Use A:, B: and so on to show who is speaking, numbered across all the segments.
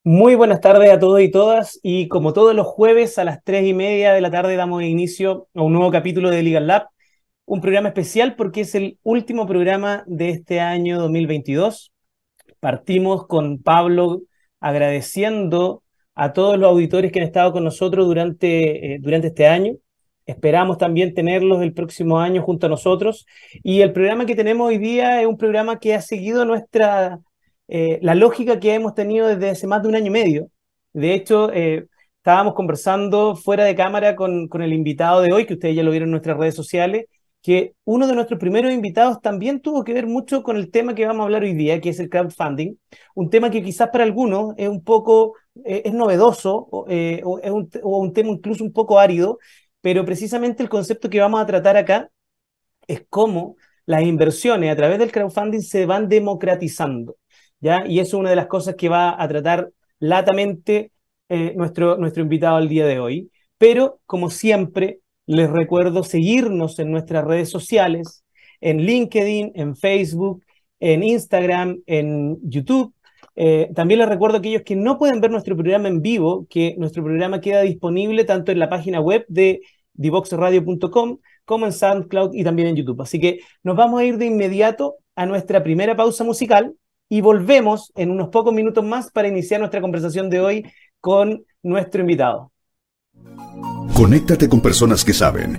A: Muy buenas tardes a todos y todas, y como todos los jueves a las 3:30 de la tarde damos inicio a un nuevo capítulo de Legal Lab, un programa especial porque es el último programa de este año 2022. Partimos con Pablo agradeciendo a todos los auditores que han estado con nosotros durante este año. Esperamos también tenerlos el próximo año junto a nosotros. Y el programa que tenemos hoy día es un programa que ha seguido la lógica que hemos tenido desde hace más de un año y medio. De hecho, estábamos conversando fuera de cámara con el invitado de hoy, que ustedes ya lo vieron en nuestras redes sociales, que uno de nuestros primeros invitados también tuvo que ver mucho con el tema que vamos a hablar hoy día, que es el crowdfunding, un tema que quizás para algunos es un poco, es novedoso, o un tema incluso un poco árido, pero precisamente el concepto que vamos a tratar acá es cómo las inversiones a través del crowdfunding se van democratizando, ¿ya? Y eso es una de las cosas que va a tratar latamente nuestro invitado al día de hoy. Pero, como siempre, les recuerdo seguirnos en nuestras redes sociales, en LinkedIn, en Facebook, en Instagram, en YouTube. También les recuerdo a aquellos que no pueden ver nuestro programa en vivo, que nuestro programa queda disponible tanto en la página web de divoxradio.com como en SoundCloud y también en YouTube. Así que nos vamos a ir de inmediato a nuestra primera pausa musical y volvemos en unos pocos minutos más para iniciar nuestra conversación de hoy con nuestro invitado.
B: Conéctate con personas que saben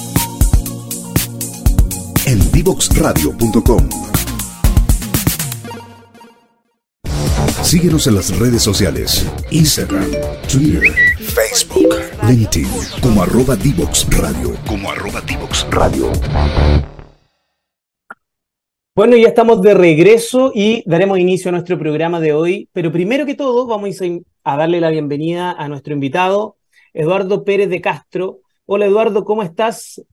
B: en divoxradio.com. Síguenos en las redes sociales: Instagram, Twitter, Facebook, LinkedIn, como @divoxradio.
A: Bueno, ya estamos de regreso y daremos inicio a nuestro programa de hoy, pero primero que todo vamos a darle la bienvenida a nuestro invitado, Eduardo Pérez de Castro. Hola Eduardo, ¿cómo estás?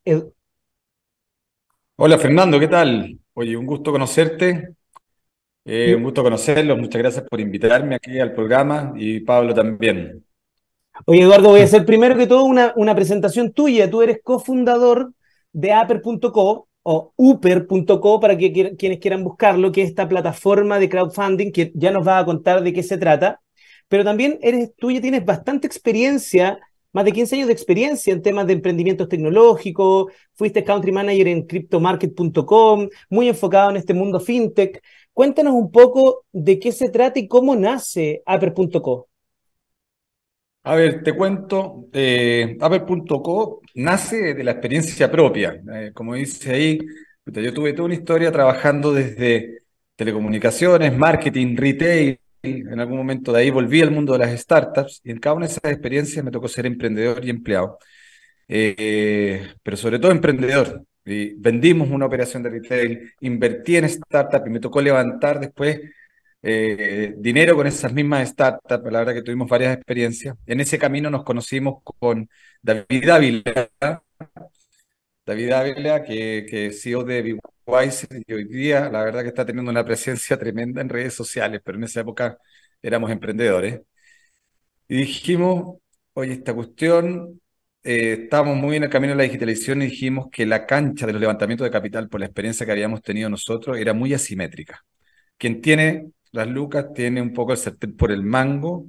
C: Hola Fernando, ¿qué tal? Oye, un gusto conocerte, un gusto conocerlos, muchas gracias por invitarme aquí al programa y Pablo también.
A: Oye, Eduardo, voy a hacer primero que todo una presentación tuya. Tú eres cofundador de Upper.co o Upper.co para quienes quieran buscarlo, que es esta plataforma de crowdfunding que ya nos va a contar de qué se trata. Pero también tú ya tienes bastante experiencia, más de 15 años de experiencia en temas de emprendimientos tecnológicos. Fuiste country manager en cryptomarket.com, muy enfocado en este mundo fintech. Cuéntanos un poco de qué se trata y cómo nace Upper.co.
C: A ver, te cuento, Apple.co nace de la experiencia propia. Como dice ahí, puta, yo tuve toda una historia trabajando desde telecomunicaciones, marketing, retail. En algún momento de ahí volví al mundo de las startups y en cada una de esas experiencias me tocó ser emprendedor y empleado. Pero sobre todo emprendedor. Y vendimos una operación de retail, invertí en startup y me tocó levantar después dinero con esas mismas startups. La verdad que tuvimos varias experiencias. En ese camino nos conocimos con David Ávila, que es CEO de Bewise y hoy día la verdad que está teniendo una presencia tremenda en redes sociales, pero en esa época éramos emprendedores. Y dijimos, oye, esta cuestión, estábamos muy en el camino de la digitalización y dijimos que la cancha de los levantamientos de capital, por la experiencia que habíamos tenido nosotros, era muy asimétrica. Quien tiene las lucas tiene un poco el sartén por el mango,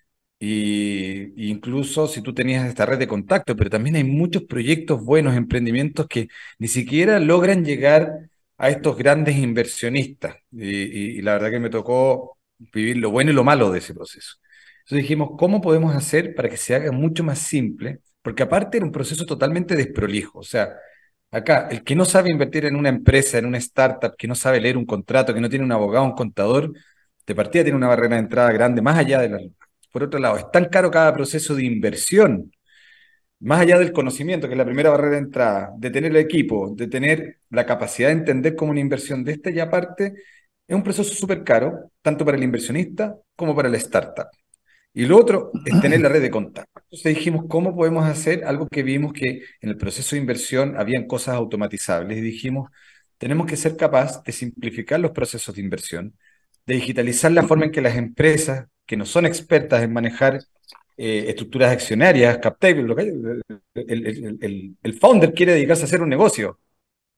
C: y incluso si tú tenías esta red de contacto, pero también hay muchos proyectos buenos, emprendimientos que ni siquiera logran llegar a estos grandes inversionistas. Y la verdad que me tocó vivir lo bueno y lo malo de ese proceso. Entonces dijimos, ¿cómo podemos hacer para que se haga mucho más simple? Porque aparte era un proceso totalmente desprolijo. O sea, acá, el que no sabe invertir en una empresa, en una startup, que no sabe leer un contrato, que no tiene un abogado, un contador, de partida tiene una barrera de entrada grande, más allá de la... Por otro lado, es tan caro cada proceso de inversión, más allá del conocimiento, que es la primera barrera de entrada, de tener el equipo, de tener la capacidad de entender cómo una inversión de esta y aparte, es un proceso súper caro, tanto para el inversionista como para la startup. Y lo otro es tener la red de contactos. Entonces dijimos, ¿cómo podemos hacer algo que vimos que en el proceso de inversión habían cosas automatizables? Y dijimos, tenemos que ser capaces de simplificar los procesos de inversión, de digitalizar la forma en que las empresas que no son expertas en manejar estructuras accionarias, cap table, el founder quiere dedicarse a hacer un negocio.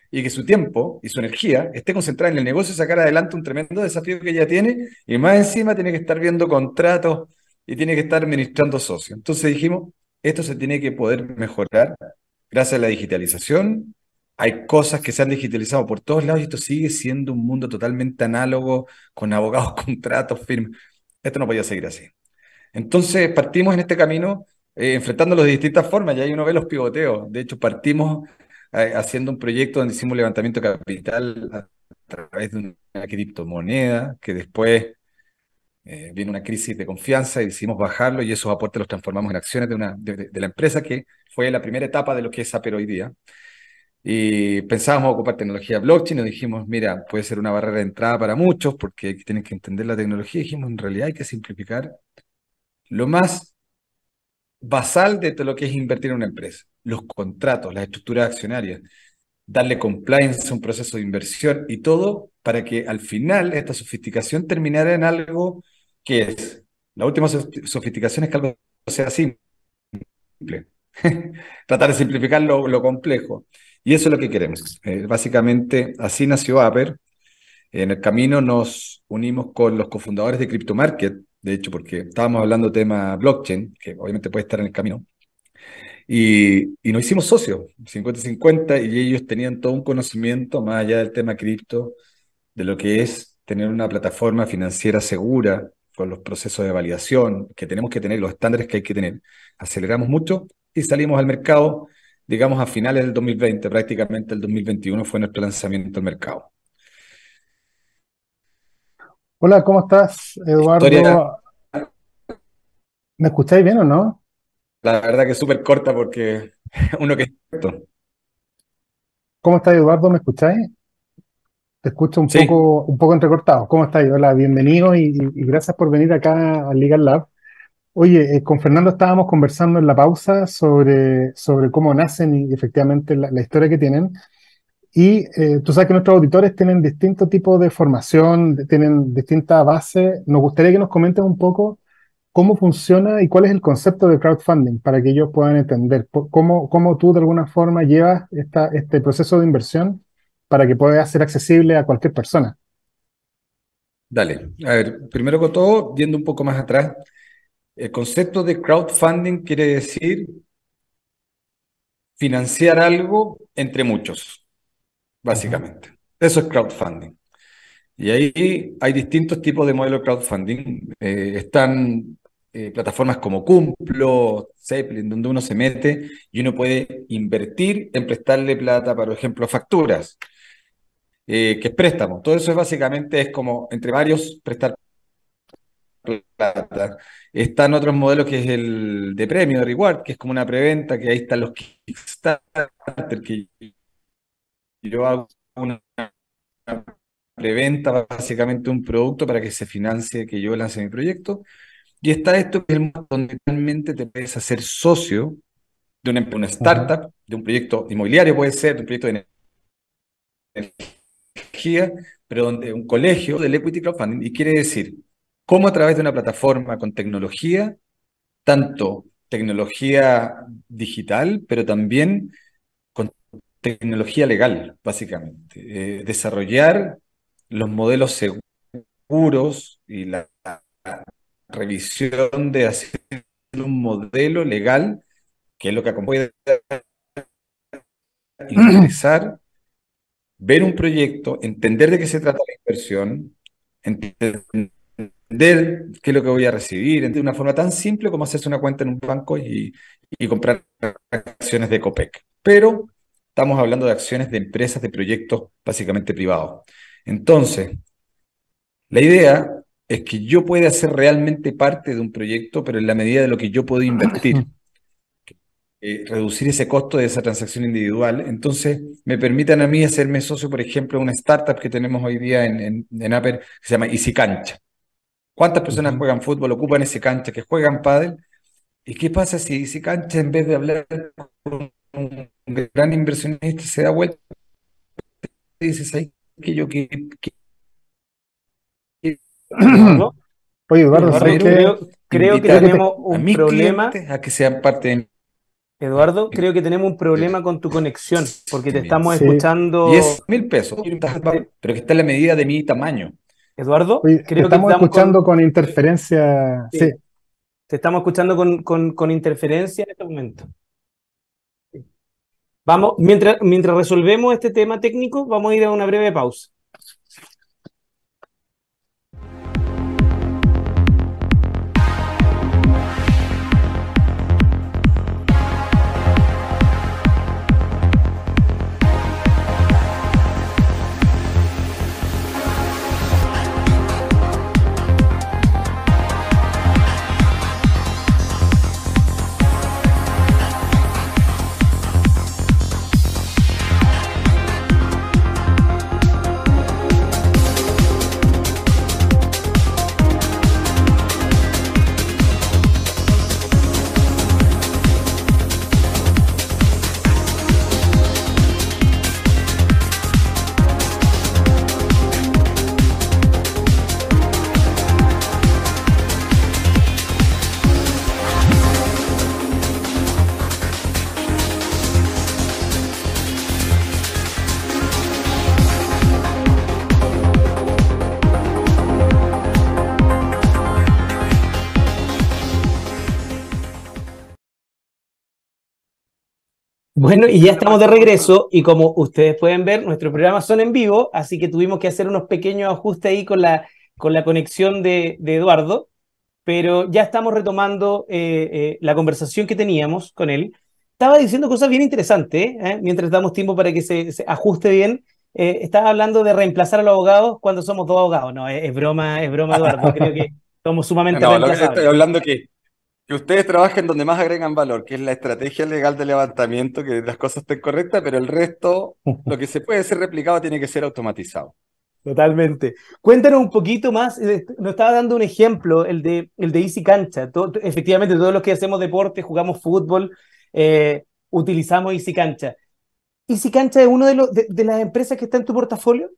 C: y que su tiempo y su energía esté concentrada en el negocio y sacar adelante un tremendo desafío que ella tiene, y más encima tiene que estar viendo contratos y tiene que estar administrando socios. Entonces dijimos, esto se tiene que poder mejorar gracias a la digitalización. Hay cosas que se han digitalizado por todos lados y esto sigue siendo un mundo totalmente análogo, con abogados, contratos, firmas. Esto no podía seguir así. Entonces partimos en este camino enfrentándolo de distintas formas, y ahí uno ve los pivoteos. De hecho, partimos haciendo un proyecto donde hicimos levantamiento de capital a través de una criptomoneda, que después vino una crisis de confianza y decidimos bajarlo, y esos aportes los transformamos en acciones de la empresa, que fue la primera etapa de lo que es Aper hoy día. Y pensábamos ocupar tecnología blockchain, y dijimos, mira, puede ser una barrera de entrada para muchos porque tienen que entender la tecnología. Y dijimos, en realidad hay que simplificar lo más basal de todo lo que es invertir en una empresa: los contratos, las estructuras accionarias, darle compliance a un proceso de inversión y todo, para que al final esta sofisticación terminara en algo que es, la última sofisticación es que algo sea simple. Tratar de simplificar lo complejo. Y eso es lo que queremos. Básicamente, así nació Aper. En el camino nos unimos con los cofundadores de CryptoMarket, de hecho, porque estábamos hablando de tema blockchain, que obviamente puede estar en el camino, y nos hicimos socios, 50-50, y ellos tenían todo un conocimiento más allá del tema cripto, de lo que es tener una plataforma financiera segura, con los procesos de validación que tenemos que tener, los estándares que hay que tener. Aceleramos mucho y salimos al mercado, digamos, a finales del 2020, prácticamente el 2021 fue nuestro lanzamiento al mercado.
D: Hola, ¿cómo estás,
C: Historia,
D: Eduardo? ¿Me escucháis bien o no?
C: la verdad que es súper corta porque uno que es experto.
D: ¿Cómo estás, Eduardo? ¿Me escucháis? Te escucho
C: Sí,
D: un poco entrecortado. ¿Cómo estáis? Hola, bienvenido y gracias por venir acá al Legal Lab. Oye, con Fernando estábamos conversando en la pausa sobre cómo nacen y efectivamente la historia que tienen. Y tú sabes que nuestros auditores tienen distintos tipos de formación, tienen distintas bases. Nos gustaría que nos comentes un poco cómo funciona y cuál es el concepto de crowdfunding para que ellos puedan entender cómo tú de alguna forma llevas este proceso de inversión para que pueda ser accesible a cualquier persona.
C: dale. A ver, primero que todo, yendo un poco más atrás, el concepto de crowdfunding quiere decir financiar algo entre muchos,
D: Ujú,
C: básicamente. Eso es crowdfunding. Y ahí hay distintos tipos de modelos de crowdfunding. Están plataformas como Cumplo, Zeppelin, donde uno se mete y uno puede invertir en prestarle plata, por ejemplo, a facturas, que es préstamo. Todo eso es como entre varios prestar plata. Están otros modelos que es el de premio, de reward, que es como una preventa, que ahí están los Kickstarter, que yo hago una preventa, básicamente un producto para que se financie que yo lance mi proyecto. Y está esto que es el mundo donde realmente te puedes hacer socio de una
D: ujú.
C: startup, de un proyecto inmobiliario, puede ser, de un proyecto de energía, pero donde un colegio del equity crowdfunding. Y quiere decir cómo a través de una plataforma con tecnología, tanto tecnología digital, pero también con tecnología legal, básicamente. Desarrollar los modelos seguros y la revisión de hacer un modelo legal, que es lo que puede ingresar, ver un proyecto, entender de qué se trata la inversión, entender qué es lo que voy a recibir, de una forma tan simple como hacerse una cuenta en un banco y comprar acciones de Copec. Pero estamos hablando de acciones de empresas, de proyectos básicamente privados. Entonces, la idea es que yo pueda ser realmente parte de un proyecto, pero en la medida de lo que yo puedo invertir, reducir ese costo de esa transacción individual. Entonces, me permitan a mí hacerme socio, por ejemplo, de una startup que tenemos hoy día en Aper, que se llama Easy Cancha. ¿Cuántas personas
D: Ujú.
C: juegan fútbol, ocupan ese cancha, que juegan pádel? ¿Y qué pasa si Easy Cancha, en vez de hablar con un gran inversionista, se da vuelta y dice, ¿sabes que yo quiero
A: Eduardo,
D: Oye, Eduardo, ¿sabes
A: Eduardo,
D: qué?
A: creo que
D: Creo
C: invitar
D: que te...
A: tenemos
C: a
A: un
C: mis
A: problema?
C: clientes a que sean parte de
A: Eduardo, creo que tenemos un problema con tu conexión, porque te estamos
D: Sí.
A: escuchando.
C: 10.000 pesos, pero que está en la medida de mi tamaño.
A: Eduardo,
D: Oye, te
A: creo que
D: estamos
A: estamos
D: escuchando con interferencia.
A: sí,
D: Sí.
A: te estamos escuchando con interferencia en este momento. Vamos, mientras resolvemos este tema técnico, vamos a ir a una breve pausa. Bueno, y ya estamos de regreso y como ustedes pueden ver, nuestros programas son en vivo, así que tuvimos que hacer unos pequeños ajustes ahí con la conexión de Eduardo, pero ya estamos retomando la conversación que teníamos con él. Estaba diciendo cosas bien interesantes, mientras damos tiempo para que se ajuste bien. Estaba hablando de reemplazar a los abogados cuando somos dos abogados. No, es broma, Eduardo. Creo que somos sumamente
C: No, lo que estoy
A: reemplazables.
C: hablando que ustedes trabajen donde más agregan valor, que es la estrategia legal de levantamiento, que las cosas estén correctas, pero el resto, lo que se puede ser replicado, tiene que ser automatizado.
A: Totalmente. Cuéntanos un poquito más, nos estaba dando un ejemplo, el de Easy Cancha. Efectivamente, todos los que hacemos deporte, jugamos fútbol, utilizamos Easy Cancha. ¿Easy Cancha es uno de las empresas que está en tu portafolio?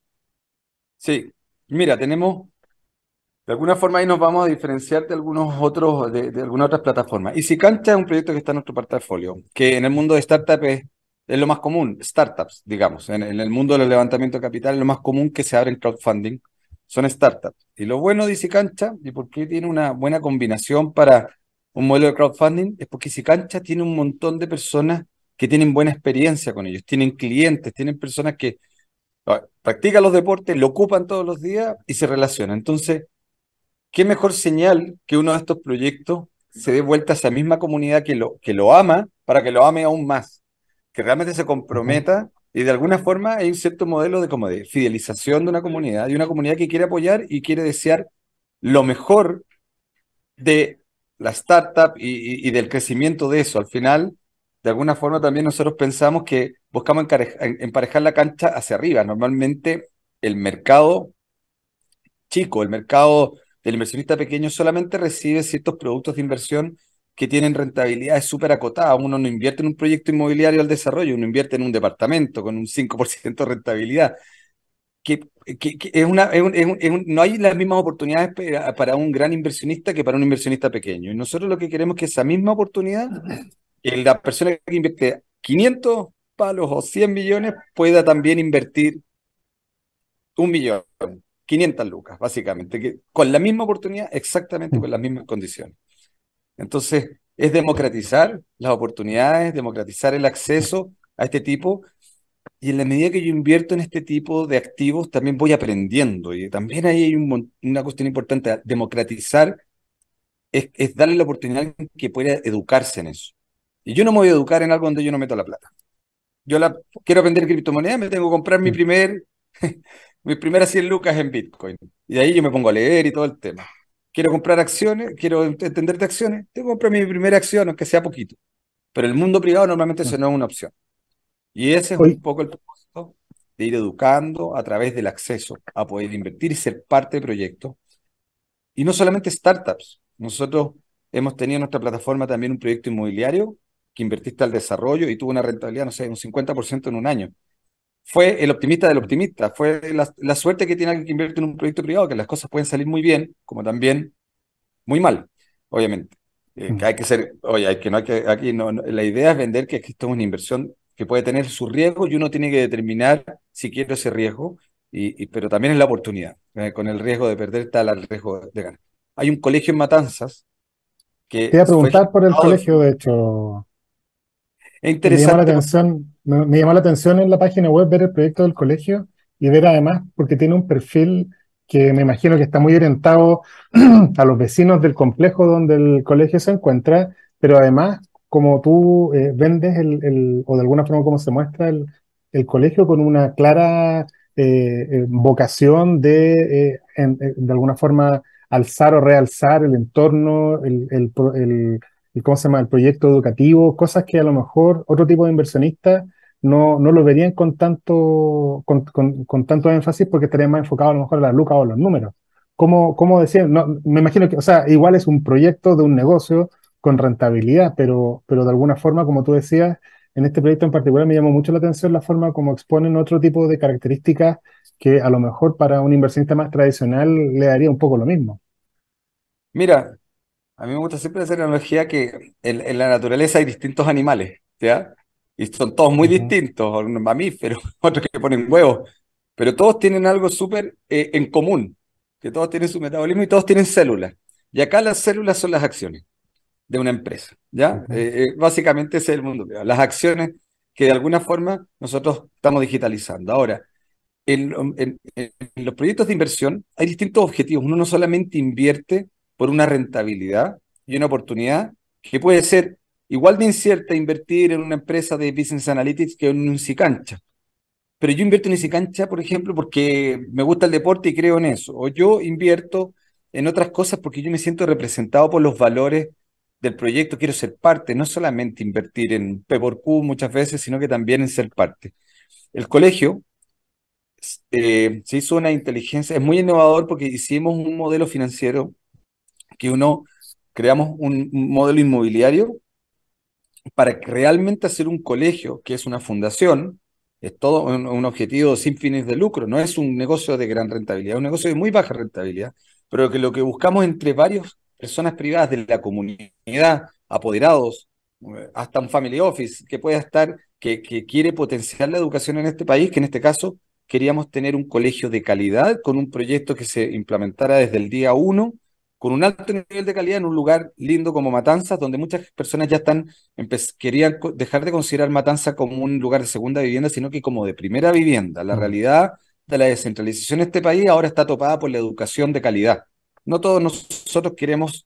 C: Sí, mira, tenemos, de alguna forma ahí nos vamos a diferenciar de algunos otros, de algunas otras plataformas. Y si Cancha es un proyecto que está en nuestro portafolio, que en el mundo de startups es lo más común, startups, digamos, en el mundo del levantamiento de capital, lo más común que se abre en crowdfunding son startups. Y lo bueno de Easy Cancha, y por qué tiene una buena combinación para un modelo de crowdfunding, es porque Easy Cancha tiene un montón de personas que tienen buena experiencia con ellos, tienen clientes, tienen personas que practican los deportes, lo ocupan todos los días y se relacionan. Entonces, qué mejor señal que uno de estos proyectos se dé vuelta a esa misma comunidad que lo ama para que lo ame aún más, que realmente se
D: Ujú.
C: comprometa y de alguna forma hay un cierto modelo de, como de fidelización de una comunidad y una comunidad que quiere apoyar y quiere desear lo mejor de la startup y del crecimiento de eso. Al final, de alguna forma también nosotros pensamos que buscamos emparejar la cancha hacia arriba. Normalmente el mercado chico, el mercado del inversionista pequeño solamente recibe ciertos productos de inversión que tienen rentabilidades súper acotadas. Uno no invierte en un proyecto inmobiliario al desarrollo, uno invierte en un departamento con un 5% de rentabilidad. Que, que es una, no hay las mismas oportunidades para un gran inversionista que para un inversionista pequeño. Y nosotros lo que queremos es que esa misma oportunidad, que la persona que invierte 500 palos o 100 millones pueda también invertir 1 millón, 500 lucas, básicamente, que con la misma oportunidad, exactamente con las mismas condiciones. Entonces, es democratizar las oportunidades, democratizar el acceso a este tipo, y en la medida que yo invierto en este tipo de activos, también voy aprendiendo, y también ahí hay una cuestión importante, democratizar es darle la oportunidad a alguien que pueda educarse en eso. Y yo no me voy a educar en algo donde yo no meto la plata. Quiero aprender criptomonedas, me tengo que comprar mis primeras 100 lucas en Bitcoin. Y de ahí yo me pongo a leer y todo el tema. Quiero comprar acciones, quiero entender de acciones, tengo que comprar mi primera acción, aunque sea poquito. Pero el mundo privado normalmente eso no es una opción. Y ese es
D: Oye,
C: un poco el propósito de ir educando a través del acceso a poder invertir y ser parte de proyectos. Y no solamente startups. Nosotros hemos tenido en nuestra plataforma también un proyecto inmobiliario que invertiste al desarrollo y tuvo una rentabilidad, no sé, un 50% en un año. Fue el optimista del optimista, fue la suerte que tiene alguien que invierte en un proyecto privado, que las cosas pueden salir muy bien, como también muy mal, obviamente. Que hay que ser, oye, hay que, no hay que, aquí la idea es vender que esto es una inversión que puede tener su riesgo y uno tiene que determinar si quiere ese riesgo, pero también es la oportunidad. Con el riesgo de perder está el riesgo de ganar. Hay un colegio en Matanzas
D: Te
C: que
D: iba a
C: fue
D: preguntar por el
C: ejecutado de
D: colegio,
C: forma...
D: de hecho.
C: Es
D: Me llamó la
C: interesante porque,
D: atención, me llamó la atención en la página web ver el proyecto del colegio y ver además, porque tiene un perfil que me imagino que está muy orientado a los vecinos del complejo donde el colegio se encuentra, pero además, como tú vendes o de alguna forma como se muestra el colegio con una clara vocación de alguna forma alzar o realzar el entorno, ¿cómo se llama? El proyecto educativo, cosas que a lo mejor otro tipo de inversionistas no lo verían con tanto énfasis porque estarían más enfocados a lo mejor a las lucas o a los números. ¿Cómo decir? No, me imagino que, o sea, igual es un proyecto de un negocio con rentabilidad, pero de alguna forma, como tú decías, en este proyecto en particular me llamó mucho la atención la forma como exponen otro tipo de características que a lo mejor para un inversionista más tradicional le daría un poco lo mismo.
C: mira, a mí me gusta siempre hacer la analogía que en la naturaleza hay distintos animales, ¿ya? Y son todos muy
D: Ujú,
C: distintos, unos mamíferos, otros que ponen huevos, pero todos tienen algo súper en común, que todos tienen su metabolismo y todos tienen células. Y acá las células son las acciones de una empresa, ¿ya?
D: ujú.
C: Básicamente ese es el mundo real, las acciones que de alguna forma nosotros estamos digitalizando. Ahora, en los proyectos de inversión hay distintos objetivos. Uno no solamente invierte por una rentabilidad y una oportunidad que puede ser igual de incierta invertir en una empresa de Business Analytics que en un Cancha. Pero yo invierto en Cancha, por ejemplo, porque me gusta el deporte y creo en eso. O yo invierto en otras cosas porque yo me siento representado por los valores del proyecto, quiero ser parte, no solamente invertir en P por Q muchas veces, sino que también en ser parte. El colegio se hizo una inteligencia, es muy innovador porque hicimos un modelo financiero que creamos un modelo inmobiliario para realmente hacer un colegio, que es una fundación, es todo un objetivo sin fines de lucro, no es un negocio de gran rentabilidad, es un negocio de muy baja rentabilidad, pero que lo que buscamos entre varias personas privadas de la comunidad, apoderados, hasta un family office que pueda estar, que quiere potenciar la educación en este país, que en este caso queríamos tener un colegio de calidad con un proyecto que se implementara desde el día uno, con un alto nivel de calidad en un lugar lindo como Matanzas, donde muchas personas ya están querían dejar de considerar Matanza como un lugar de segunda vivienda, sino que como de primera vivienda. La
D: Mm.
C: realidad de la descentralización de este país ahora está topada por la educación de calidad. No todos nosotros queremos,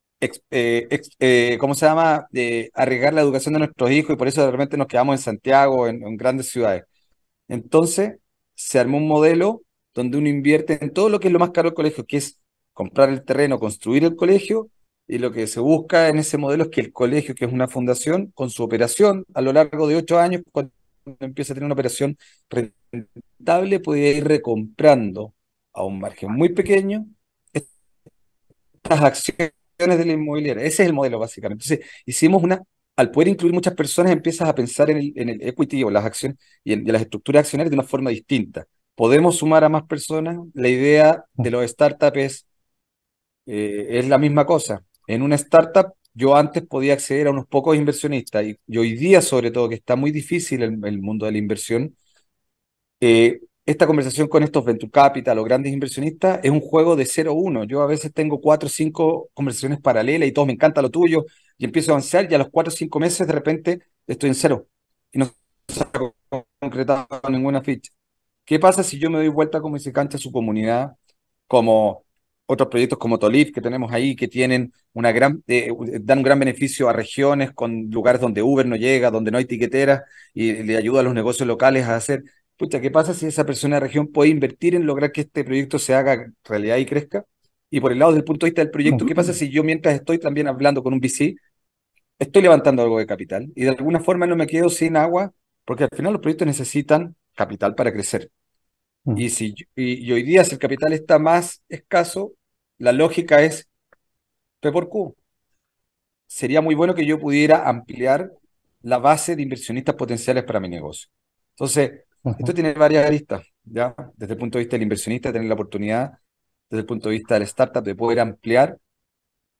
C: ¿cómo se llama?, arriesgar la educación de nuestros hijos y por eso de repente nos quedamos en Santiago, en grandes ciudades. Entonces, se armó un modelo donde uno invierte en todo lo que es lo más caro del colegio, que es comprar el terreno, construir el colegio, y lo que se busca en ese modelo es que el colegio, que es una fundación, con su operación a lo largo de 8 años, cuando empieza a tener una operación rentable, puede ir recomprando a un margen muy pequeño estas acciones de la inmobiliaria. Ese es el modelo, básicamente. Entonces, hicimos al poder incluir muchas personas, empiezas a pensar en el equity o las acciones y en las estructuras accionarias de una forma distinta. Podemos sumar a más personas. La idea de los startups es la misma cosa. En una startup, yo antes podía acceder a unos pocos inversionistas y hoy día, sobre todo, que está muy difícil el mundo de la inversión, esta conversación con estos venture capital o grandes inversionistas es un juego de 0-1. Yo a veces tengo 4 o 5 conversaciones paralelas y todo me encanta lo tuyo y empiezo a avanzar y a los 4 o 5 meses de repente estoy en cero y no se ha concretado ninguna ficha. ¿Qué pasa si yo me doy vuelta como se cancha su comunidad, como otros proyectos como Tolif que tenemos ahí, que tienen dan un gran beneficio a regiones con lugares donde Uber no llega, donde no hay tiqueteras y le ayuda a los negocios locales a hacer? Pucha, ¿qué pasa si esa persona de la región puede invertir en lograr que este proyecto se haga realidad y crezca? Y por el lado del punto de vista del proyecto, ¿qué pasa si yo mientras estoy también hablando con un VC, estoy levantando algo de capital y de alguna forma no me quedo sin agua? Porque al final los proyectos necesitan capital para crecer.
D: Mm.
C: Y hoy día, si el capital está más escaso, la lógica es P por Q. Sería muy bueno que yo pudiera ampliar la base de inversionistas potenciales para mi negocio. Entonces, esto
D: Ujú.
C: tiene varias aristas, ¿ya? Desde el punto de vista del inversionista, tener la oportunidad, desde el punto de vista del startup, de poder ampliar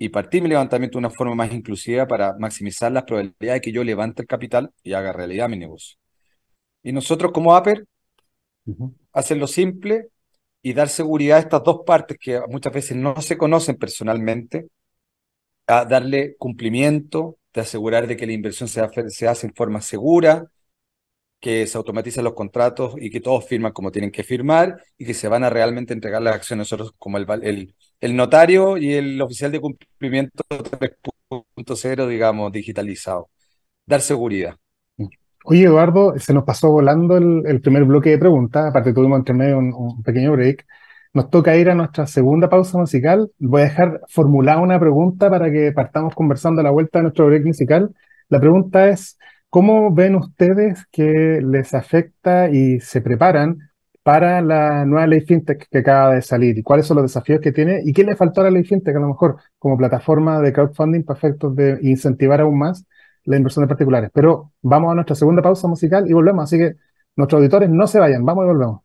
C: y partir mi levantamiento de una forma más inclusiva para maximizar las probabilidades de que yo levante el capital y haga realidad mi negocio. Y nosotros como Aper,
D: Ujú.
C: hacerlo simple y dar seguridad a estas dos partes que muchas veces no se conocen personalmente, a darle cumplimiento, de asegurar de que la inversión se hace en forma segura, que se automatizan los contratos y que todos firman como tienen que firmar y que se van a realmente entregar las acciones nosotros como el notario y el oficial de cumplimiento 3.0, digamos, digitalizado. Dar seguridad.
D: Oye, Eduardo, se nos pasó volando el primer bloque de preguntas, aparte tuvimos entre medio un pequeño break. Nos toca ir a nuestra segunda pausa musical. Voy a dejar formulada una pregunta para que partamos conversando a la vuelta de nuestro break musical. La pregunta es, ¿cómo ven ustedes que les afecta y se preparan para la nueva ley FinTech que acaba de salir? ¿Y cuáles son los desafíos que tiene? ¿Y qué le faltó a la ley FinTech a lo mejor como plataforma de crowdfunding para efectos de incentivar aún más las inversiones particulares? Pero vamos a nuestra segunda pausa musical y volvemos. Así que nuestros auditores no se vayan, vamos y volvemos.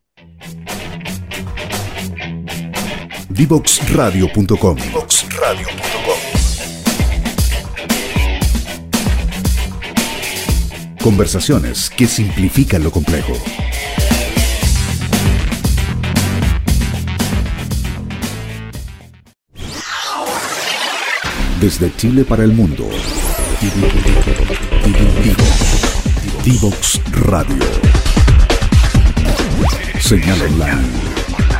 B: Divoxradio.com. Conversaciones que simplifican lo complejo. Desde Chile para el mundo. Divox Radio. Señal online.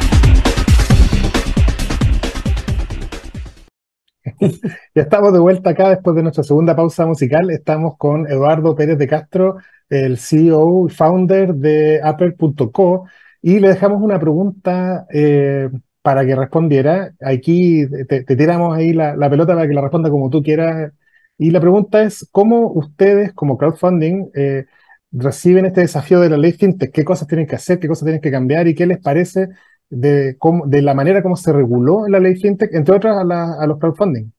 D: Ya estamos de vuelta acá después de nuestra segunda pausa musical. Estamos con Eduardo Pérez de Castro, el CEO y founder de Aper.co, y le dejamos una pregunta para que respondiera. Aquí te tiramos ahí la pelota para que la responda como tú quieras. Y la pregunta es, ¿cómo ustedes como crowdfunding reciben este desafío de la ley FinTech? ¿Qué cosas tienen que hacer? ¿Qué cosas tienen que cambiar? ¿Y qué les parece de la manera como se reguló la ley FinTech, entre otras a los crowdfunding?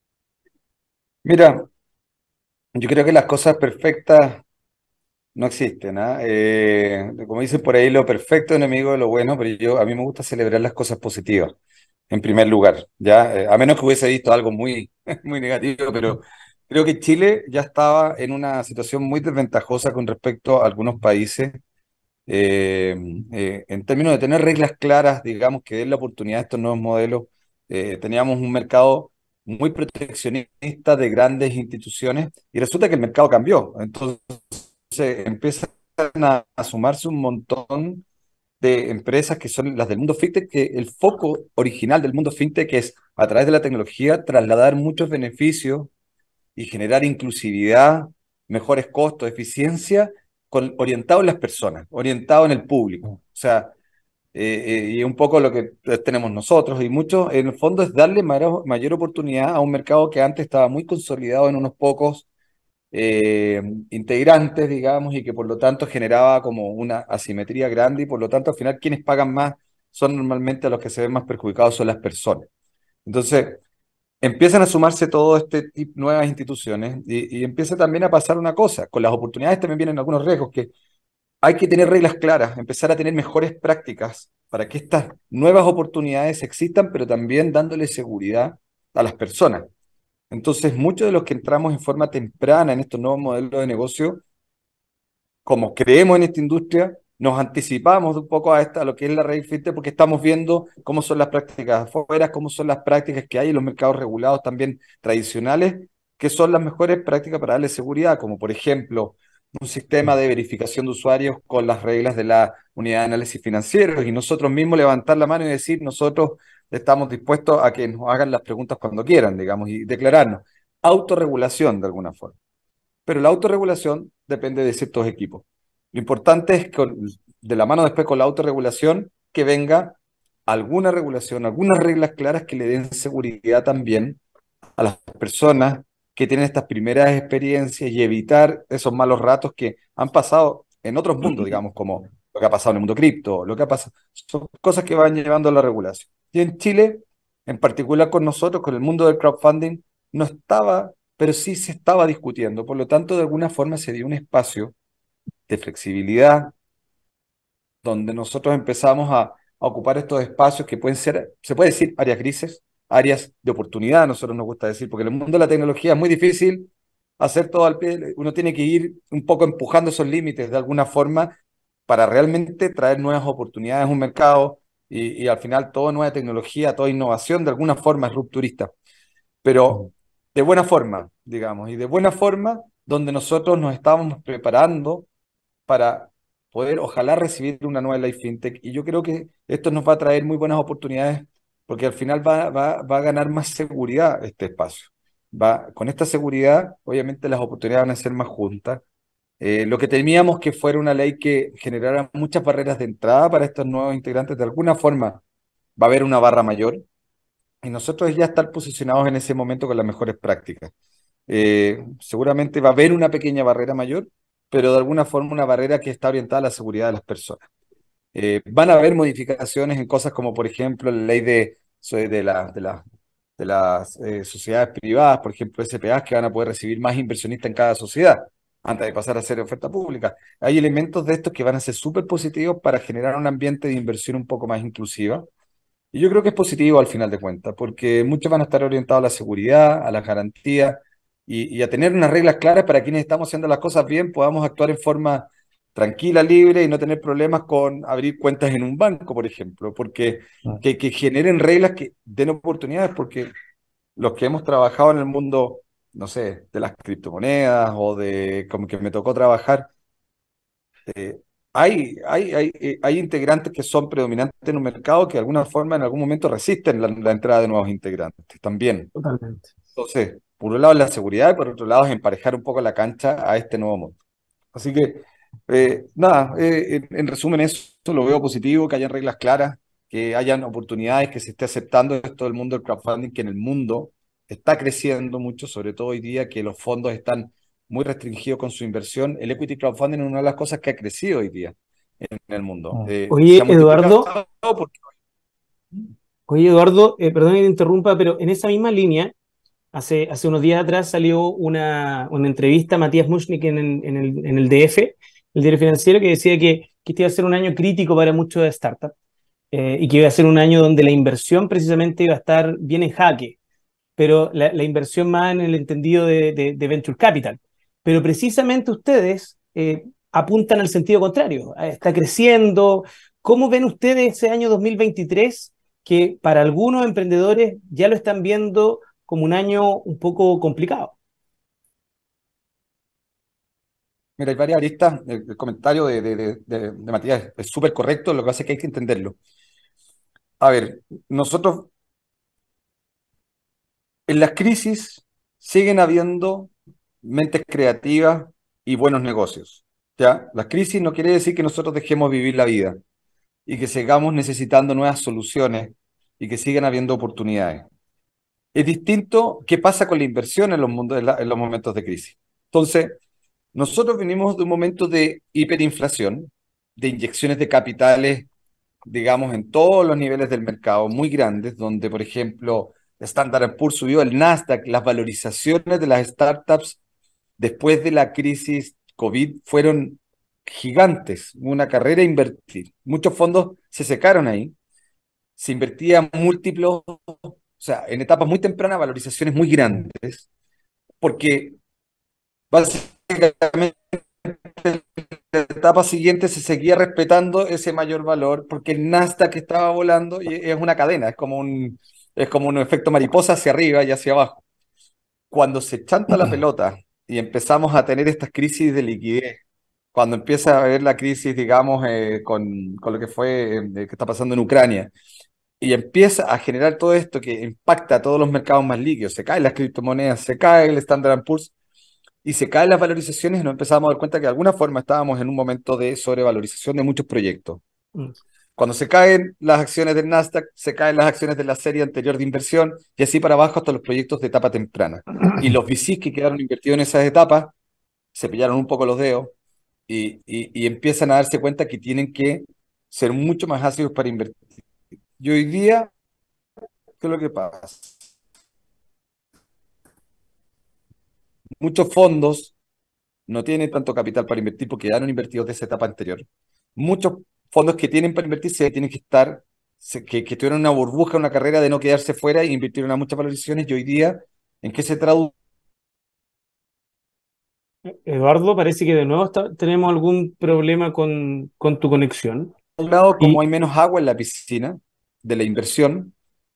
C: Mira, yo creo que las cosas perfectas no existen, ¿ah? Como dicen por ahí, lo perfecto es enemigo de lo bueno, pero a mí me gusta celebrar las cosas positivas, en primer lugar, ¿ya? A menos que hubiese visto algo muy, muy negativo, pero creo que Chile ya estaba en una situación muy desventajosa con respecto a algunos países, eh, en términos de tener reglas claras, digamos, que den la oportunidad a estos nuevos modelos. Teníamos un mercado muy proteccionista de grandes instituciones y resulta que el mercado cambió. Entonces empiezan a sumarse un montón de empresas que son las del mundo fintech, que el foco original del mundo fintech es, a través de la tecnología, trasladar muchos beneficios y generar inclusividad, mejores costos, eficiencia, orientado en las personas, orientado en el público. O sea, y un poco lo que tenemos nosotros y mucho, en el fondo, es darle mayor oportunidad a un mercado que antes estaba muy consolidado en unos pocos integrantes, digamos, y que por lo tanto generaba como una asimetría grande y por lo tanto al final quienes pagan más son normalmente los que se ven más perjudicados, son las personas. Entonces, empiezan a sumarse todo este tipo nuevas instituciones y empieza también a pasar una cosa, con las oportunidades también vienen algunos riesgos, que hay que tener reglas claras, empezar a tener mejores prácticas para que estas nuevas oportunidades existan, pero también dándole seguridad a las personas. Entonces, muchos de los que entramos en forma temprana en estos nuevos modelos de negocio, como creemos en esta industria, nos anticipamos un poco a lo que es la red fintech, porque estamos viendo cómo son las prácticas afuera, cómo son las prácticas que hay en los mercados regulados también tradicionales, que son las mejores prácticas para darle seguridad, como por ejemplo un sistema de verificación de usuarios con las reglas de la unidad de análisis financieros y nosotros mismos levantar la mano y decir, nosotros estamos dispuestos a que nos hagan las preguntas cuando quieran, digamos, y declararnos. Autorregulación de alguna forma. Pero la autorregulación depende de ciertos equipos. Lo importante es que de la mano después con la autorregulación que venga alguna regulación, algunas reglas claras que le den seguridad también a las personas que tienen estas primeras experiencias y evitar esos malos ratos que han pasado en otros mundos, digamos, como lo que ha pasado en el mundo cripto, lo que ha pasado, son cosas que van llevando a la regulación. Y en Chile, en particular con nosotros, con el mundo del crowdfunding, no estaba, pero sí se estaba discutiendo. Por lo tanto, de alguna forma se dio un espacio de flexibilidad donde nosotros empezamos a ocupar estos espacios que pueden ser, se puede decir, áreas grises, áreas de oportunidad, a nosotros nos gusta decir, porque en el mundo de la tecnología es muy difícil hacer todo al pie, uno tiene que ir un poco empujando esos límites de alguna forma para realmente traer nuevas oportunidades a un mercado y al final toda nueva tecnología, toda innovación de alguna forma es rupturista, pero de buena forma, digamos, y de buena forma donde nosotros nos estábamos preparando para poder, ojalá, recibir una nueva ley fintech. Y yo creo que esto nos va a traer muy buenas oportunidades porque al final va a ganar más seguridad este espacio. Con esta seguridad, obviamente las oportunidades van a ser más juntas. Lo que temíamos que fuera una ley que generara muchas barreras de entrada para estos nuevos integrantes, de alguna forma va a haber una barra mayor y nosotros ya estar posicionados en ese momento con las mejores prácticas. Seguramente va a haber una pequeña barrera mayor, pero de alguna forma una barrera que está orientada a la seguridad de las personas. Van a haber modificaciones en cosas como, por ejemplo, la ley de las sociedades privadas, por ejemplo, SPAs, que van a poder recibir más inversionistas en cada sociedad antes de pasar a ser oferta pública. Hay elementos de estos que van a ser súper positivos para generar un ambiente de inversión un poco más inclusiva. Y yo creo que es positivo al final de cuentas, porque muchos van a estar orientados a la seguridad, a las garantías y a tener unas reglas claras para quienes estamos haciendo las cosas bien, podamos actuar en forma tranquila, libre y no tener problemas con abrir cuentas en un banco, por ejemplo, porque que generen reglas que den oportunidades, porque los que hemos trabajado en el mundo, no sé, de las criptomonedas o de como que me tocó trabajar, eh, hay integrantes que son predominantes en un mercado que de alguna forma en algún momento resisten la entrada de nuevos integrantes también.
A: Totalmente.
C: Entonces, por un lado es la seguridad y por otro lado es emparejar un poco la cancha a este nuevo mundo. Así que, nada, en resumen eso lo veo positivo, que hayan reglas claras, que hayan oportunidades, que se esté aceptando esto del mundo del crowdfunding, que en el mundo está creciendo mucho, sobre todo hoy día que los fondos están muy restringidos con su inversión. El equity crowdfunding es una de las cosas que ha crecido hoy día en el mundo. Se ha
A: Oye,
C: multiplicado
A: Eduardo,
C: porque...
A: perdón que te interrumpa, pero en esa misma línea, hace unos días atrás salió una entrevista a Matías Mushnik en el DF, el diario financiero, que decía que este iba a ser un año crítico para muchos startups y que iba a ser un año donde la inversión precisamente iba a estar bien en jaque, pero la inversión más en el entendido de venture capital. Pero precisamente ustedes apuntan al sentido contrario, está creciendo. ¿Cómo ven ustedes ese año 2023 que para algunos emprendedores ya lo están viendo como un año un poco complicado?
C: Mira, hay varias aristas. El comentario de Matías es súper correcto, lo que pasa es que hay que entenderlo. A ver, nosotros en las crisis siguen habiendo mentes creativas y buenos negocios. ¿Ya? Las crisis no quiere decir que nosotros dejemos vivir la vida y que sigamos necesitando nuevas soluciones y que sigan habiendo oportunidades. Es distinto qué pasa con la inversión en los en los momentos de crisis. Entonces, nosotros venimos de un momento de hiperinflación, de inyecciones de capitales, digamos, en todos los niveles del mercado, muy grandes, donde, por ejemplo, Standard Poor's subió, el Nasdaq, las valorizaciones de las startups después de la crisis COVID fueron gigantes, una carrera a invertir. Muchos fondos se secaron ahí, se invertía múltiplos, o sea, en etapas muy tempranas, valorizaciones muy grandes, porque básicamente la etapa siguiente se seguía respetando ese mayor valor porque el Nasdaq estaba volando y es una cadena, es como un efecto mariposa hacia arriba y hacia abajo. Cuando se chanta la pelota y empezamos a tener estas crisis de liquidez, cuando empieza a haber la crisis, digamos, con lo que fue, que está pasando en Ucrania, y empieza a generar todo esto que impacta a todos los mercados más líquidos, se caen las criptomonedas, se cae el Standard Poor's, y se caen las valorizaciones y nos empezamos a dar cuenta que de alguna forma estábamos en un momento de sobrevalorización de muchos proyectos.
A: Mm.
C: Cuando se caen las acciones del Nasdaq, se caen las acciones de la serie anterior de inversión y así para abajo hasta los proyectos de etapa temprana. Y los VCs que quedaron invertidos en esas etapas se pillaron un poco los dedos y empiezan a darse cuenta que tienen que ser mucho más ácidos para invertir. Y hoy día, ¿qué es lo que pasa? Muchos fondos no tienen tanto capital para invertir porque ya no han invertido de esa etapa anterior. Muchos fondos que tienen para invertir se tienen que estar que tuvieron una burbuja, una carrera de no quedarse fuera e invirtieron a muchas valorizaciones y hoy día, ¿en qué se traduce?
A: Eduardo, parece que de nuevo tenemos algún problema con tu conexión.
C: Por un lado, como
A: Y
C: hay menos agua en la piscina de la inversión,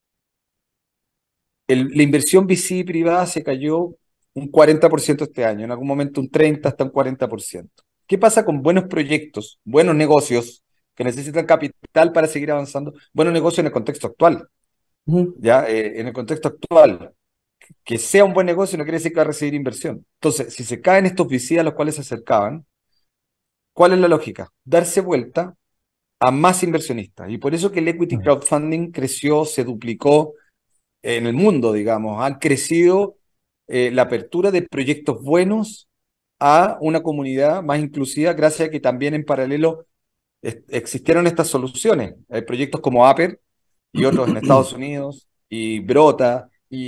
C: la inversión VC privada se cayó un 40% este año, en algún momento un 30 hasta un 40%. ¿Qué pasa con buenos proyectos, buenos negocios que necesitan capital para seguir avanzando? Buenos negocios en el contexto actual,
A: ujú,
C: ¿ya? En el contexto actual, que sea un buen negocio no quiere decir que va a recibir inversión. Entonces, si se caen estos VC a los cuales se acercaban, ¿cuál es la lógica? Darse vuelta a más inversionistas. Y por eso que el equity crowdfunding creció, se duplicó en el mundo, digamos. Han crecido la apertura de proyectos buenos a una comunidad más inclusiva, gracias a que también en paralelo existieron estas soluciones. Hay proyectos como Aper y otros en Estados Unidos, y Brota,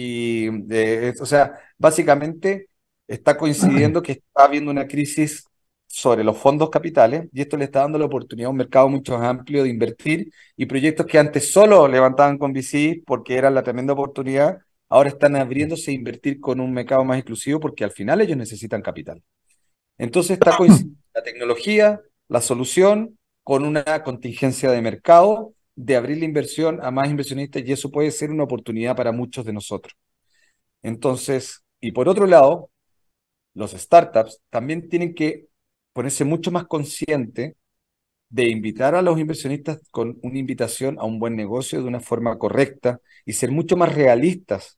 C: o sea, básicamente está coincidiendo que está habiendo una crisis sobre los fondos capitales, y esto le está dando la oportunidad a un mercado mucho más amplio de invertir, y proyectos que antes solo levantaban con VC porque era la tremenda oportunidad, ahora están abriéndose a invertir con un mercado más exclusivo porque al final ellos necesitan capital. Entonces está coincidiendo la tecnología, la solución, con una contingencia de mercado, de abrir la inversión a más inversionistas, y eso puede ser una oportunidad para muchos de nosotros. Entonces, y por otro lado, los startups también tienen que ponerse mucho más conscientes de invitar a los inversionistas con una invitación a un buen negocio de una forma correcta y ser mucho más realistas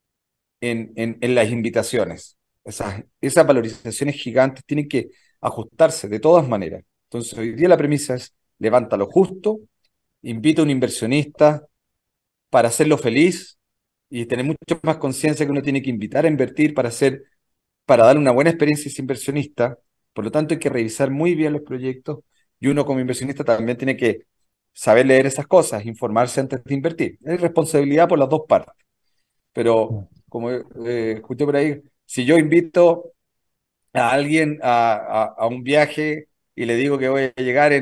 C: en las invitaciones. Esas valorizaciones gigantes tienen que ajustarse de todas maneras. Entonces, hoy día la premisa es: levanta lo justo, invita a un inversionista para hacerlo feliz y tener mucho más conciencia que uno tiene que invitar a invertir para darle una buena experiencia a ese inversionista. Por lo tanto, hay que revisar muy bien los proyectos, y uno como inversionista también tiene que saber leer esas cosas, informarse antes de invertir. Es responsabilidad por las dos partes. Pero como escuché por ahí, si yo invito a alguien a un viaje y le digo que voy a llegar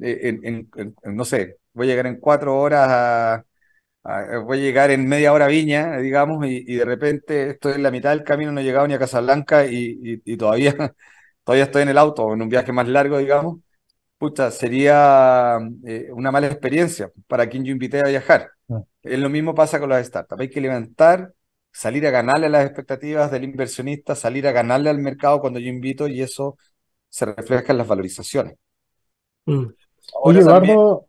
C: no sé, voy a llegar en 4 horas voy a llegar en media hora a Viña, digamos, y de repente estoy en la mitad del camino, no he llegado ni a Casablanca y todavía, todavía estoy en el auto, en un viaje más largo, digamos, pucha, sería una mala experiencia para quien yo invité a viajar. Es lo mismo pasa con las startups. Hay que levantar, salir a ganarle a las expectativas del inversionista, salir a ganarle al mercado cuando yo invito, y eso se refleja en las valorizaciones.
A: mm.
D: Oye,
C: Ahora también,
D: Eduardo,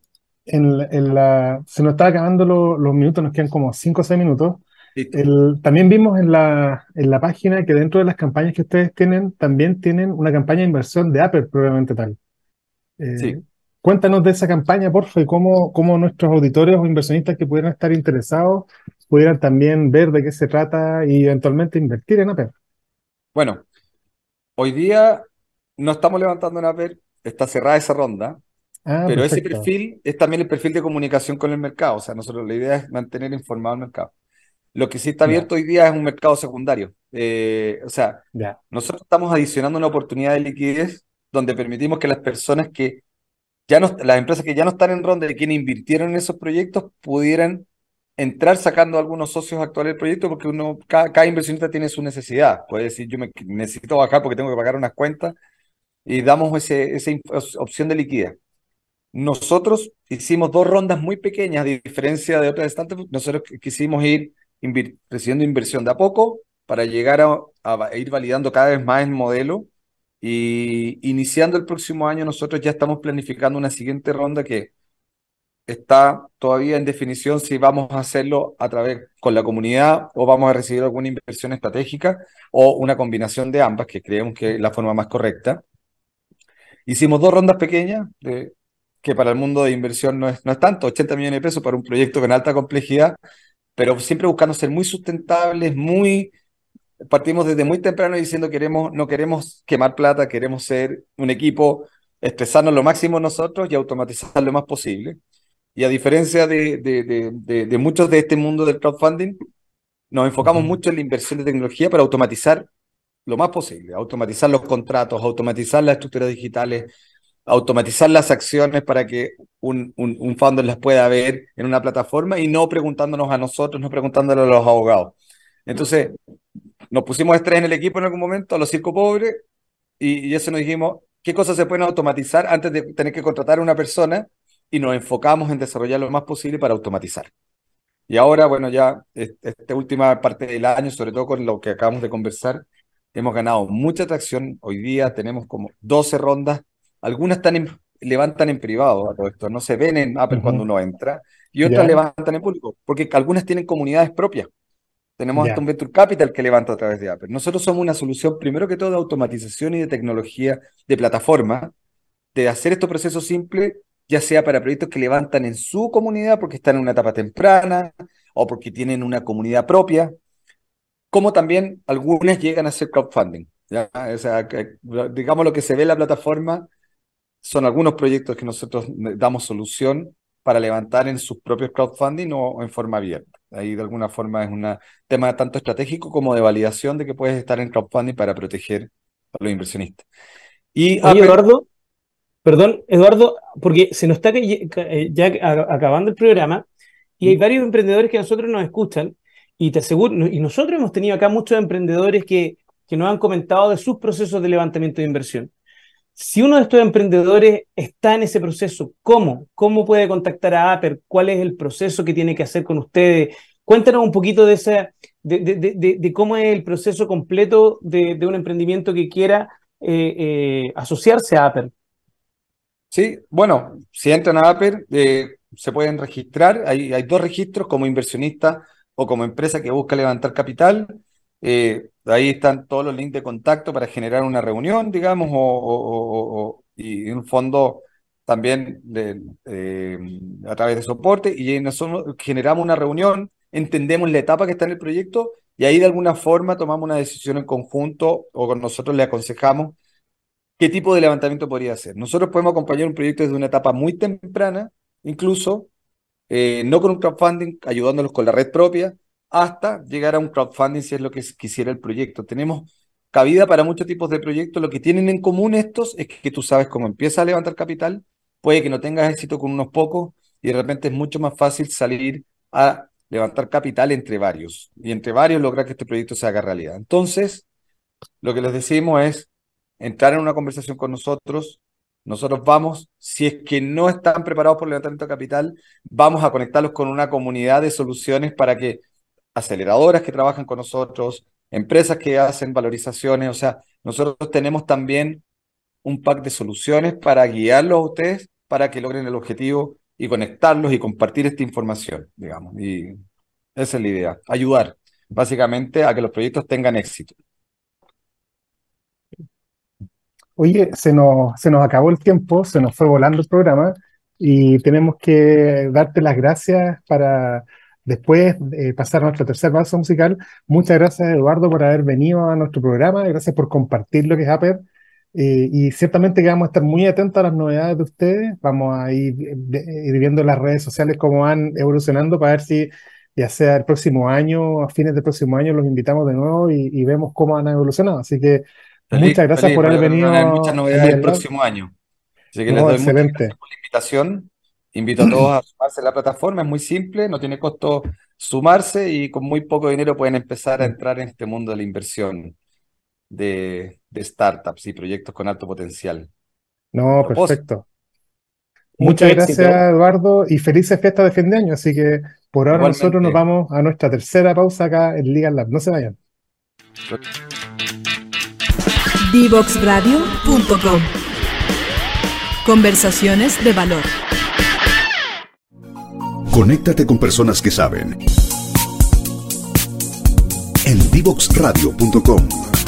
D: se nos está acabando los minutos, nos quedan como 5 o 6 minutos.
C: listo.
D: También vimos en la página que dentro de las campañas que ustedes tienen, también tienen una campaña de inversión de Apple, probablemente tal.
C: Sí.
D: Cuéntanos de esa campaña, porfa, y cómo nuestros auditores o inversionistas que pudieran estar interesados pudieran también ver de qué se trata y eventualmente invertir en Apple.
C: Bueno, hoy día no estamos levantando en Aper, está cerrada esa ronda,
D: Ah,
C: pero ese
D: perfecto.
C: perfil es también el perfil de comunicación con el mercado. O sea, nosotros la idea es mantener informado al mercado. Lo que sí está
D: Ya,
C: abierto hoy día es un mercado secundario. O sea,
D: ya.
C: nosotros estamos adicionando una oportunidad de liquidez donde permitimos que las personas que ya no, las empresas que ya no están en ronda y quienes invirtieron en esos proyectos pudieran entrar sacando algunos socios actuales del proyecto, porque cada inversionista tiene su necesidad. Puede decir, yo necesito bajar porque tengo que pagar unas cuentas, y damos esa opción de liquidez. Nosotros hicimos 2 rondas muy pequeñas, a diferencia de otras startups. Nosotros quisimos ir recibiendo inversión de a poco para llegar a ir validando cada vez más el modelo. Y iniciando el próximo año, nosotros ya estamos planificando una siguiente ronda que está todavía en definición si vamos a hacerlo a través con la comunidad o vamos a recibir alguna inversión estratégica o una combinación de ambas, que creemos que es la forma más correcta. Hicimos 2 rondas pequeñas, que para el mundo de inversión no es tanto, 80 millones de pesos para un proyecto con alta complejidad, pero siempre buscando ser muy sustentables, partimos desde muy temprano diciendo no queremos quemar plata, queremos ser un equipo, estresarnos lo máximo nosotros y automatizar lo más posible. Y a diferencia de muchos de este mundo del crowdfunding, nos enfocamos
D: Ujú.
C: mucho en la inversión de tecnología para automatizar lo más posible, automatizar los contratos, automatizar las estructuras digitales, automatizar las acciones para que un founder las pueda ver en una plataforma y no preguntándonos a nosotros, no preguntándole a los abogados. Entonces, nos pusimos estrés en el equipo en algún momento, a los circo pobres, y eso nos dijimos, ¿qué cosas se pueden automatizar antes de tener que contratar a una persona? Y nos enfocamos en desarrollar lo más posible para automatizar. Y ahora, bueno, ya esta última parte del año, sobre todo con lo que acabamos de conversar, hemos ganado mucha atracción. Hoy día tenemos como 12 rondas. Algunas levantan en privado a todo esto, no se ven en Apple cuando
D: Ujú.
C: uno entra, y otras
D: Ya,
C: levantan en público, porque algunas tienen comunidades propias. Tenemos hasta un
D: ya,
C: Venture Capital que levanta a través de Apple. Nosotros somos una solución, primero que todo, de automatización y de tecnología de plataforma, de hacer estos procesos simples, ya sea para proyectos que levantan en su comunidad porque están en una etapa temprana o porque tienen una comunidad propia, como también algunas llegan a ser crowdfunding. ¿Ya? O sea, digamos lo que se ve en la plataforma son algunos proyectos que nosotros damos solución para levantar en sus propios crowdfunding o en forma abierta. Ahí de alguna forma es un tema tanto estratégico como de validación de que puedes estar en crowdfunding para proteger a los inversionistas. Y
A: Oye,
C: Apple,
A: Eduardo, perdón, Eduardo, porque se nos está ya acabando el programa y hay varios emprendedores que a nosotros nos escuchan y te aseguro, y nosotros hemos tenido acá muchos emprendedores que nos han comentado de sus procesos de levantamiento de inversión. Si uno de estos emprendedores está en ese proceso, ¿cómo? ¿Cómo puede contactar a Aper? ¿Cuál es el proceso que tiene que hacer con ustedes? Cuéntanos un poquito de cómo es el proceso completo de un emprendimiento que quiera asociarse a Aper.
C: sí, bueno, si entran a Apple, se pueden registrar. Hay dos registros, como inversionista o como empresa que busca levantar capital. Ahí están todos los links de contacto para generar una reunión, digamos, y en un fondo también a través de soporte. Y ahí nosotros generamos una reunión, entendemos la etapa que está en el proyecto y ahí de alguna forma tomamos una decisión en conjunto o con nosotros le aconsejamos qué tipo de levantamiento podría hacer. Nosotros podemos acompañar un proyecto desde una etapa muy temprana, incluso no con un crowdfunding, ayudándolos con la red propia, hasta llegar a un crowdfunding si es lo que quisiera el proyecto. Tenemos cabida para muchos tipos de proyectos. Lo que tienen en común estos es que tú sabes cómo empieza a levantar capital, puede que no tengas éxito con unos pocos y de repente es mucho más fácil salir a levantar capital entre varios y entre varios lograr que este proyecto se haga realidad. Entonces, lo que les decimos es entrar en una conversación con nosotros. Nosotros vamos, si es que no están preparados por levantamiento de capital, vamos a conectarlos con una comunidad de soluciones para que aceleradoras que trabajan con nosotros, empresas que hacen valorizaciones, o sea, nosotros tenemos también un pack de soluciones para guiarlos a ustedes para que logren el objetivo y conectarlos y compartir esta información, digamos. Y esa es la idea, ayudar básicamente a que los proyectos tengan éxito.
D: Oye, se nos acabó el tiempo, se nos fue volando el programa y tenemos que darte las gracias para después pasar a nuestra tercera pausa musical. Muchas gracias, Eduardo, por haber venido a nuestro programa. Gracias por compartir lo que es Aper. Y ciertamente que vamos a estar muy atentos a las novedades de ustedes. Vamos a ir viendo las redes sociales cómo van evolucionando para ver si ya sea el próximo año, a fines del próximo año, los invitamos de nuevo y vemos cómo han evolucionado. Así que
C: Feliz,
D: muchas gracias
C: feliz,
D: por haber
C: van a haber muchas
D: venido al
C: novedades
D: Día
C: el
D: del Lab.
C: próximo año. Así que les
D: No,
C: doy muchas gracias
D: excelente.
C: por la invitación. Invito a todos a sumarse a la plataforma, es muy simple, no tiene costo sumarse y con muy poco dinero pueden empezar a entrar en este mundo de la inversión de startups y proyectos con alto potencial. A
D: No,
C: propósito,
D: perfecto.
A: Mucho
D: Muchas gracias,
A: éxito.
D: Eduardo, y felices fiestas de fin de año. Así que por ahora nosotros nos
C: igualmente,
D: vamos a nuestra tercera pausa acá en Legal Lab. No se vayan.
E: Divoxradio.com. Conversaciones de valor.
B: Conéctate con personas que saben. En divoxradio.com.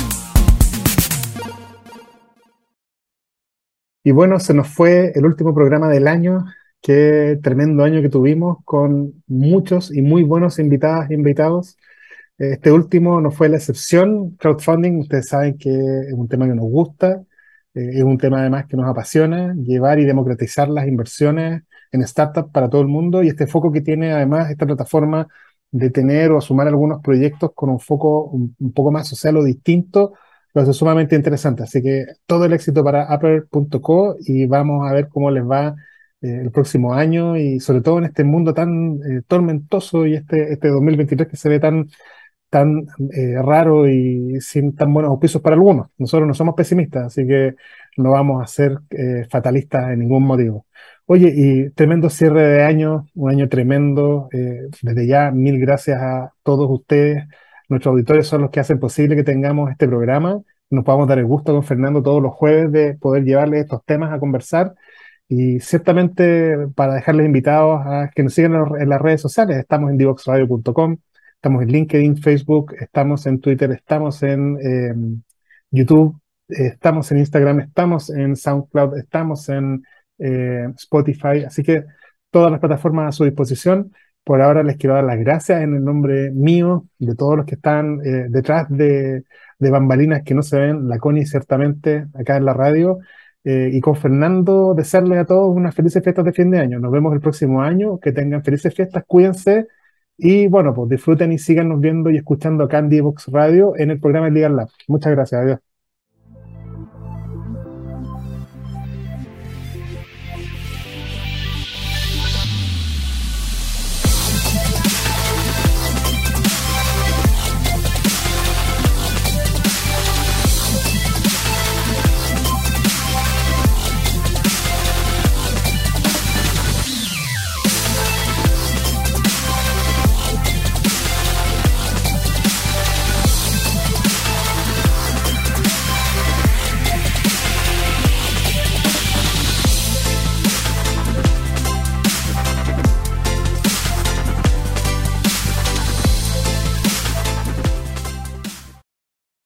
D: Y bueno, se nos fue el último programa del año. Qué tremendo año que tuvimos con muchos y muy buenos invitadas e invitados. Este último no fue la excepción. Crowdfunding, ustedes saben que es un tema que nos gusta, es un tema además que nos apasiona, llevar y democratizar las inversiones en startups para todo el mundo y este foco que tiene además esta plataforma de tener o sumar algunos proyectos con un foco un poco más social o distinto, lo hace sumamente interesante. Así que todo el éxito para Upper.co y vamos a ver cómo les va el próximo año y sobre todo en este mundo tan tormentoso y este 2023 que se ve tan raro y sin tan buenos auspicios para algunos. Nosotros no somos pesimistas, así que no vamos a ser fatalistas en ningún motivo. Oye, y tremendo cierre de año, un año tremendo. Desde ya, mil gracias a todos ustedes. Nuestros auditores son los que hacen posible que tengamos este programa. Nos podamos dar el gusto con Fernando todos los jueves de poder llevarles estos temas a conversar. Y ciertamente para dejarles invitados a que nos sigan en las redes sociales. Estamos en divoxradio.com. Estamos en LinkedIn, Facebook, estamos en Twitter, estamos en YouTube, estamos en Instagram, estamos en SoundCloud, estamos en Spotify. Así que todas las plataformas a su disposición. Por ahora les quiero dar las gracias en el nombre mío, de todos los que están detrás de bambalinas que no se ven, la Connie ciertamente acá en la radio. Y con Fernando, desearles a todos unas felices fiestas de fin de año. Nos vemos el próximo año, que tengan felices fiestas, cuídense. Y bueno, pues disfruten y síganos viendo y escuchando acá en Divox Radio en el programa de Legal Lab. Muchas gracias, adiós.